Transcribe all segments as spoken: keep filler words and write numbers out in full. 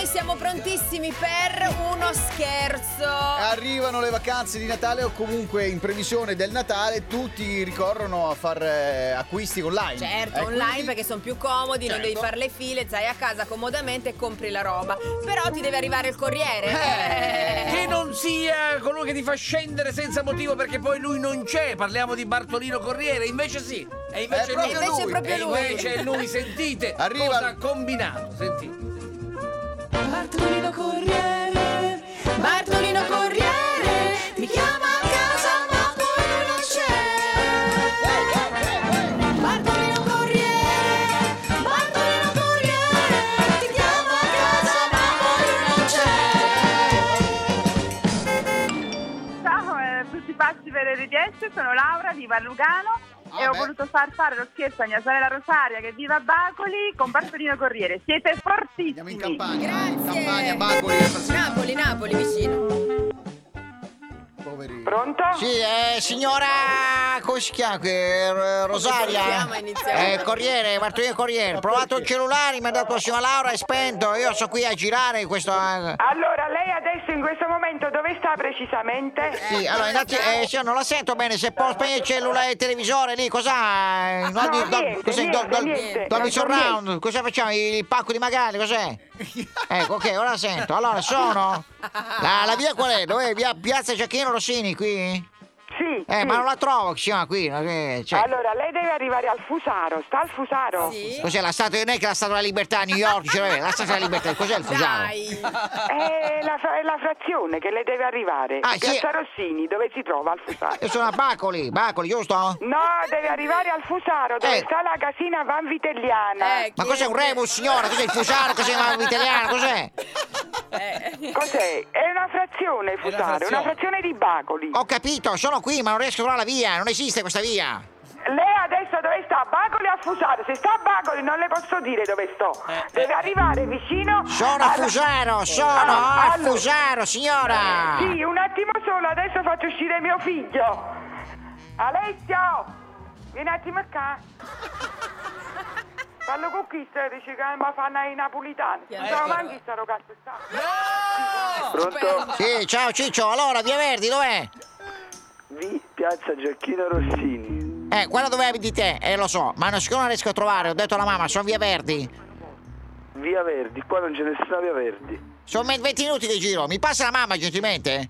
siamo prontissimi per uno scherzo. Arrivano le vacanze di Natale o comunque in previsione del Natale tutti ricorrono a far eh, acquisti online. Certo, eh, online quindi... perché sono più comodi, certo. Non devi fare le file, stai a casa comodamente e compri la roba. Però ti deve arrivare il corriere. Eh. Che non sia colui che ti fa scendere senza motivo perché poi lui non c'è. Parliamo di Bartolino Corriere, invece sì. E invece, è proprio lui. Invece lui. proprio E lui. invece è lui, sentite Arriva... cosa ha combinato, sentite. Bartolino Corriere, Bartolino Corriere, mi chiama a casa ma poi non c'è. Bartolino Corriere, Bartolino Corriere, ti chiama a casa ma poi non c'è. Ciao a tutti pazzi per le richieste, sono Laura, viva a Lugano. Ah, e ho beh. voluto far fare lo scherzo a mia sorella Rosaria che vive a Bacoli con Bartolino Corriere. Siete fortissimi. Andiamo in campagna. Grazie. Campagna, Bacoli. Napoli, Napoli, vicino. Poveri. Pronto? Sì, eh, signora, come si chiama qui? R- Rosaria? Iniziamo, iniziamo. Eh, Corriere, Bartolino Corriere. Ho provato il cellulare, mi ha dato la signora Laura, è spento. Io sono qui a girare questo... eh. Allora, lei adesso in questo momento dove sta precisamente? Sì, allora, innanzi, eh, signora, non la sento bene. Se può spegnere il cellulare e il televisore lì, cos'ha? No, niente, cos'è? niente, Do- do- niente. Dolby Non so Surround? Cosa facciamo? Il pacco di Magali, cos'è? Ecco, ok, ora la sento. Allora, sono... La, la via qual è? Dov'è? Via Piazza Giacchino Rossini, qui? Sì, Eh, sì. ma non la trovo, che si chiama qui. eh, Cioè, Allora, lei deve arrivare al Fusaro. Sta al Fusaro? Sì. cos'è la statua? Non è che la Statua della Libertà a New York, cioè, la Statua della Libertà, cos'è il Fusaro? Dai. È la, fra- è la frazione che lei deve arrivare. Ah, sì. Piazza Rossini, dove si trova al Fusaro? Io sono a Bacoli, Bacoli, giusto? No, deve arrivare al Fusaro, dove Eh. sta la casina Van Vitelliana. Eh, Ma chi- cos'è un rebus, signora? Cos'è il Fusaro? Cos'è una italiana? Cos'è? Eh. Cos'è? È una frazione il Fusaro, è una frazione. frazione di Bacoli. Ho capito, sono qui, ma non riesco a trovare la via, non esiste questa via. Lei adesso dove sta? A Bacoli o a Fusaro? Se sta a Bacoli non le posso dire dove sto. Deve arrivare vicino. Sono a alla- Fusaro, sono Ah, a allora- Fusaro, signora. Sì, un attimo solo, adesso faccio uscire mio figlio. Alessio, vieni un attimo qua. Parlo con chi stai dice che mi fanno i napolitani. Non so manchi sta ragazzo sta. Pronto? Sì, ciao Ciccio, allora, Via Verdi, dov'è? Vi Piazza Giacchino Rossini. Eh, quella dove abiti te, eh, lo so, ma non, siccome non riesco a trovare, ho detto alla mamma, sono Via Verdi. Via Verdi, qua non c'è nessuna Via Verdi. Sono venti minuti che giro, mi passa la mamma gentilmente?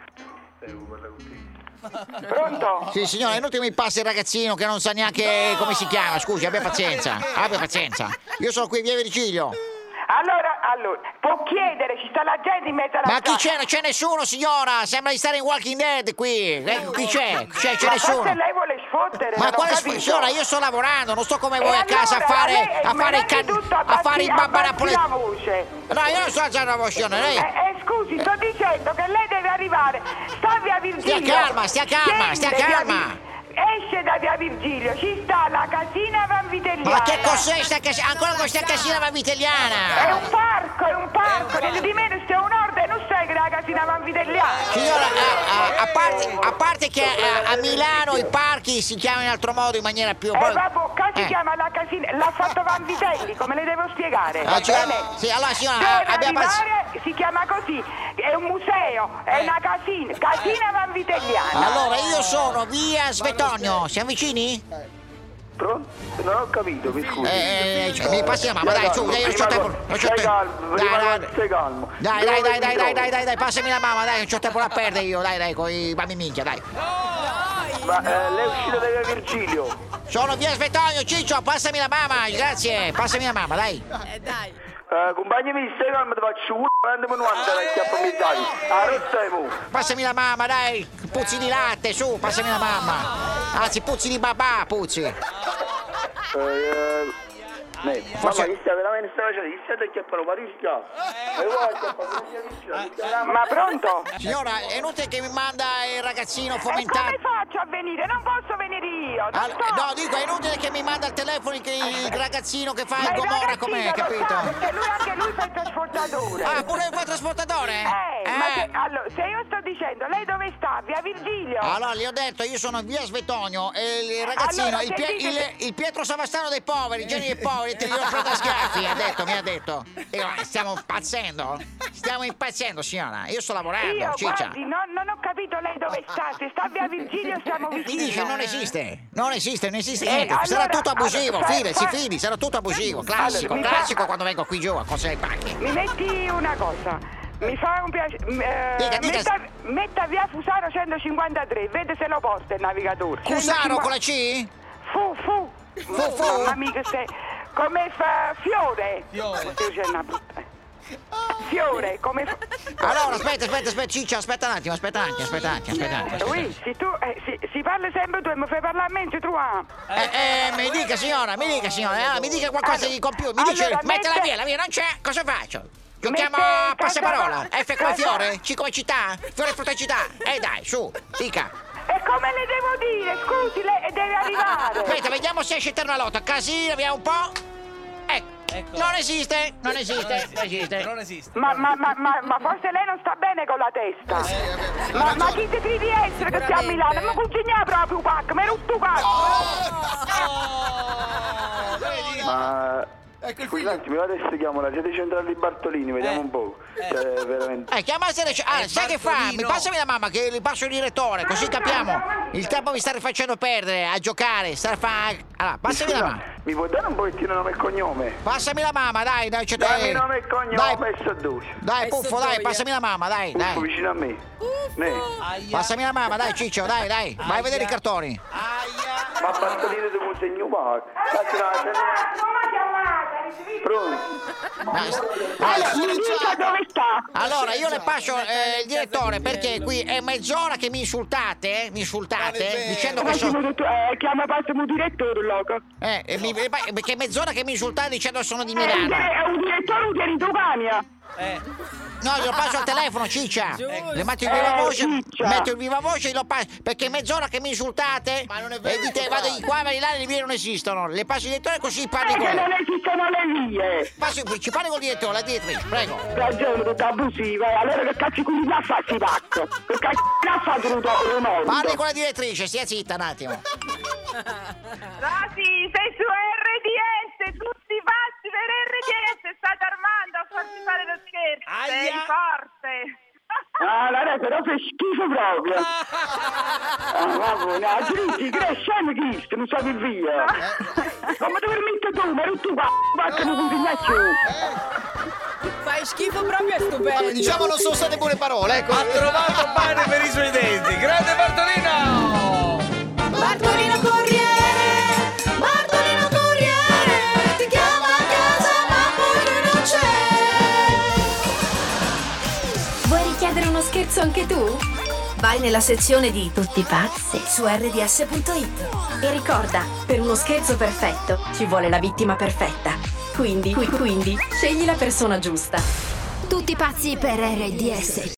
Pronto? Sì, signora, è inutile mi passi il ragazzino che non sa neanche come si chiama. Scusi, abbia pazienza, abbia pazienza. Io sono qui in via Virgilio. Allora, allora, può chiedere, ci sta la gente in mezzo alla Ma chi strada. c'è? Non c'è nessuno, signora. Sembra di stare in Walking Dead qui. Ecco, chi c'è? C'è, c'è Ma nessuno. forse lei vuole sfottere, Ma non ho quale capito. sf- signora, io sto lavorando, non sto come voi E a casa a allora, fare lei- a ma fare il can- innanzitutto a fare il abbassi- babbo abbassi la napoletano. voce. No, io non sto alzando la voce, lei. Eh, eh, scusi, sto dicendo che lei deve arrivare. Sta via Virgilio. Stia calma, stia calma, stia Scende via calma. Vi- Esce da via Virgilio, ci sta la casina Van Vitelliana. Ma che cos'è sta casina? Ancora questa casina È vanvitelliana? un parco, è un parco, niente di meno, c'è un ordine, non sai che è la casina Van Vitelliana. Signora, a, a- a parte, a parte che a, a Milano i parchi si chiamano in altro modo, in maniera più... Eh, vabbè, qua si Eh. chiama la casina, l'ha fatto Vanvitelli, come le devo spiegare? Ah, Va cioè, bene? sì, allora signora, Deve abbiamo pas- arrivare, si chiama così, è un museo, è Eh. una casina, casina Vanvitelliana. Allora, io sono via Svetonio, siamo vicini? Pronto? Non ho capito, mi scusi. Eh, eh, cioè, mi passi la mamma, Stai dai, su, calmo, dai, non c'ho prima tempo, co- non c'ho stai tempo. calmo, Dai, prima dai, co- stai calmo. Dai, Dove dai, dai, mi dai, dai, trovi? dai, dai, dai, passami la mamma, dai, non c'ho tempo da perdere io, dai, dai, con i bambini minchia, dai. Ma eh, lei è uscita da via Virgilio. Sono via Svetonio, Ciccio, passami la mamma, grazie, passami la mamma, dai. Eh, dai. Eh, compagni miei, stai calmo, ti faccio uno, andiamo un altro, dai, chiappa mezzali. Ah, non stai mu. Passami la mamma, dai, puzzi di latte, su, passami la mamma. Anzi, puzzi di babà, puzzi. Eh, eh, ne, Forse- mamma, chi sta veramente sta facendo? Chi sta a chiappare, ma rischia. E guarda, chiappa, Ma pronto? Signora, è inutile che mi manda il ragazzino E fomentato. come faccio a venire? Non posso venire io, non Al- so. no, dico, è inutile che mi manda al telefono il, il ragazzino che fa Ma il il Gomorra ragazzino com'è, lo capito? sa, perché lui anche lui fa il trasportatore. Ah, pure il tuo trasportatore? Eh. ma Eh. se, allora, se io sto dicendo, lei dove sta? Via Virgilio? Allora, gli ho detto, io sono in via Svetonio e il ragazzino, Allora, il, Pie- sentite- il- il Pietro Savastano dei poveri, il genio dei poveri, te li ho preso a schiaffi, ha detto, mi ha detto. Io, eh, stiamo impazzendo? Stiamo impazzendo, signora. Io sto lavorando, Io, ciccia. guardi, non, non ho capito lei dove sta. Se sta via Virgilio siamo Mi vicini. dice non esiste, non esiste, non esiste Eh, niente, sarà allora- tutto abusivo, allora, fide, si fa- fidi, sarà tutto abusivo, classico, Allora, mi classico fa- quando vengo qui giù a consegnare i pacchi. Mi metti una cosa. Mi fa un piacere. Eh, Dica, dica. metta, metta via Fusaro centocinquantatré, vede se lo porta il navigatore. Cusaro con la C? Fu, fu. Fu, fu. Mamma mia che sei. Come fa fiore. Fiore. Oddio, c'è una brutta. Fiore, come fa. Allora, aspetta, aspetta, aspetta, ciccia, aspetta un attimo, aspetta un attimo, aspetta un attimo, aspetta un attimo. aspetta un Oui, se tu eh, si, si parla sempre tu e mi fai parlare a me, tu ah. attimo. Eh, eh, mi dica signora, mi dica signora, eh, mi dica qualcosa di compiuto, mi dice, Allora, mettela mette- via, la via non c'è, cosa faccio? Giochiamo Mette a passaparola, casa- F come casa- fiore, C come città, fiore frutta città, eh dai, su, dica. E come le devo dire? Scusi, lei deve arrivare. Aspetta, vediamo se esce Eternalotto, casino, vediamo un po'. Ecco, Ecco. non esiste, non esiste, non esiste. Non esiste. Ma, ma, ma, ma, ma forse lei non sta bene con la testa. Eh, Ma, ma chi ti credi essere che stai a Milano? Ma cuciniamo proprio un pacco, mi hai rotto cazzo. Oh, vedi? Ma... Ecco il Scusi, figlio. un attimo, io adesso chiamo la sede centrale di Bartolini, vediamo Eh. un po'. Cioè, veramente... Eh, chiama il sede- Ah, Eh, sai che fa? Bartolino. Mi passami la mamma che gli passo il direttore, così capiamo. Il tempo mi sta rifacendo perdere a giocare, sta a fa... Allora, passami la Scusa, mamma. mi puoi dare un pochettino nome e cognome? Passami la mamma, dai, dai, c'è Dammi nome e cognome Dai, e soddoglio. dai, E puffo, sottoia. dai, passami la mamma, dai, Uffo, dai. vicino a me. Ne. Aia. Passami la mamma, dai, Ciccio, dai, dai. Vai a vedere i cartoni. Aia. Ma Bartolini tu mi segni un po'. Cazzo, no, Pronto? Ma- Allora, mi dica dove sta. Allora, io le passo eh, il direttore perché qui è mezz'ora che mi insultate, eh, mi insultate, dicendo che sono... Eh, chiama passamo direttore, loco. Eh, e mi- perché è mezz'ora che mi insultate dicendo che sono di È un, Milano. dire- è un direttore o tieni tu cambia? Eh. No, glielo passo al telefono, ciccia. Giusto. Le metto il viva Eh, voce, ciccia. metto il viva voce e lo passo. Perché è mezz'ora che mi insultate. Ma non è E vero, dite, che vado fai? di qua, vai di là, le vie non esistono. Le passo il direttore così parli con Perché lei. non esistono le vie. Passi, ci parli col direttore, la direttrice, prego. Ragione, tutta abusiva. eh. Allora che cazzo qui la fa si pacco? Che cazzo la fa tu Ronaldo? Parli con la direttrice, stia zitta un attimo. Rosy, sei su R D S, tutti pazzi per R D S, state armando a farci fare lo scherzo, Aia. sei forte. Ah, la rete però fa schifo proprio. Ah, vabbè, no, dritti, cresciamo chi non so che via. Come ti permetti tu, ma tu qua, vattene con più. Fai schifo proprio, è Vabbè, stupendo. diciamo non sono state buone parole, ecco. Ha trovato pane per i suoi denti. Grande Bartolino! Bartolino Corriere, Bartolino Corriere, ti chiama a casa ma poi lui non c'è. Vuoi richiedere uno scherzo anche tu? Vai nella sezione di Tutti pazzi su R D S punto it e ricorda, per uno scherzo perfetto ci vuole la vittima perfetta. Quindi, qui- quindi, scegli la persona giusta. Tutti pazzi per R D S.